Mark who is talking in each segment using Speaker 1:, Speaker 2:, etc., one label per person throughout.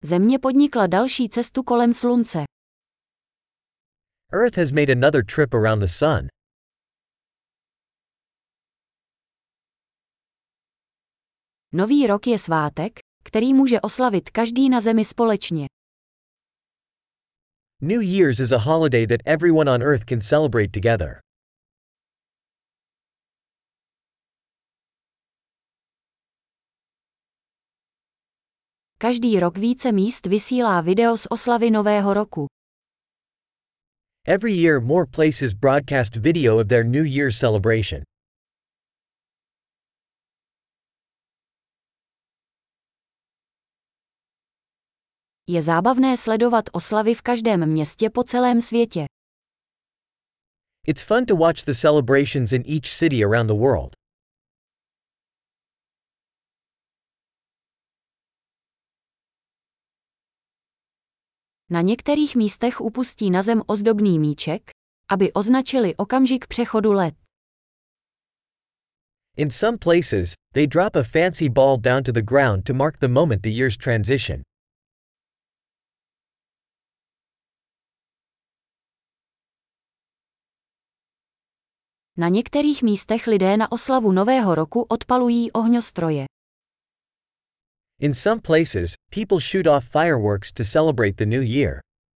Speaker 1: Země podnikla další cestu kolem slunce.
Speaker 2: Earth has made another trip around the sun.
Speaker 1: Nový rok je svátek, který může oslavit každý na zemi společně.
Speaker 2: New Year's is a holiday that everyone on Earth can celebrate together.
Speaker 1: Každý rok více míst vysílá video z oslavy Nového roku.
Speaker 2: Every year more places broadcast video of their New Year's celebration.
Speaker 1: Je zábavné sledovat oslavy v každém městě po celém světě.
Speaker 2: It's fun to watch the celebrations in each city around the world.
Speaker 1: Na některých místech upustí na zem ozdobný míček, aby označili okamžik přechodu let.
Speaker 2: In some places, they drop a fancy ball down to the ground to mark the moment the year's transition.
Speaker 1: Na některých místech lidé na oslavu Nového roku odpalují ohňostroje.
Speaker 2: In some places, people shoot off fireworks to celebrate the new year.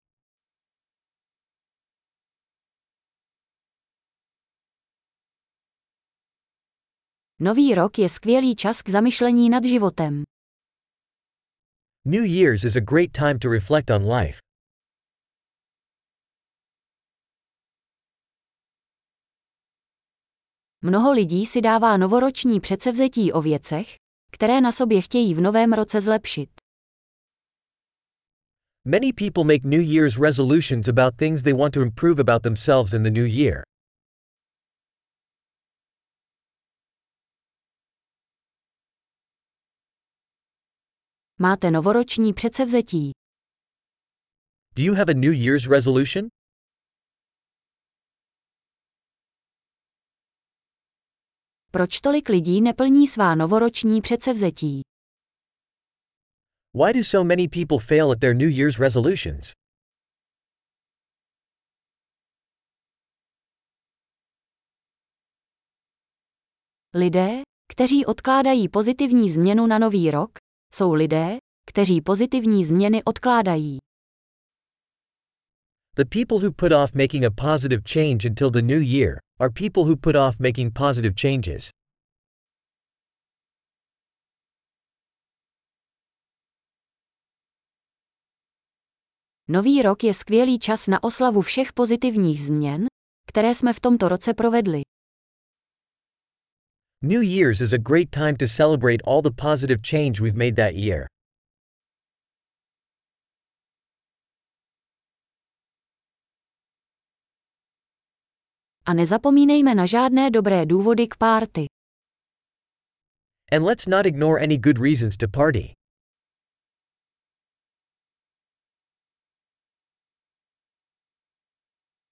Speaker 1: Nový rok je skvělý čas k zamyšlení nad životem.
Speaker 2: New Year's is a great time to reflect on life.
Speaker 1: Mnoho lidí si dává novoroční předsevzetí o věcech, které na sobě chtějí v novém roce zlepšit.
Speaker 2: Many people make New Year's resolutions about things they want to improve about themselves in the new year.
Speaker 1: Máte novoroční předsevzetí?
Speaker 2: Do you have a New Year's resolution?
Speaker 1: Proč tolik lidí neplní svá novoroční předsevzetí?
Speaker 2: Why do so many people fail at their New Year's resolutions?
Speaker 1: Lidé, kteří odkládají pozitivní změnu na nový rok, jsou lidé, kteří pozitivní změny odkládají.
Speaker 2: The people who put off making a positive change until the new year are people who put off making positive changes.
Speaker 1: Nový rok je skvělý čas na oslavu všech pozitivních změn, které jsme v tomto roce provedli.
Speaker 2: New Year's is a great time to celebrate all the positive change we've made that year.
Speaker 1: A nezapomínejme na žádné dobré důvody k párty.
Speaker 2: And let's not ignore any good reasons to party.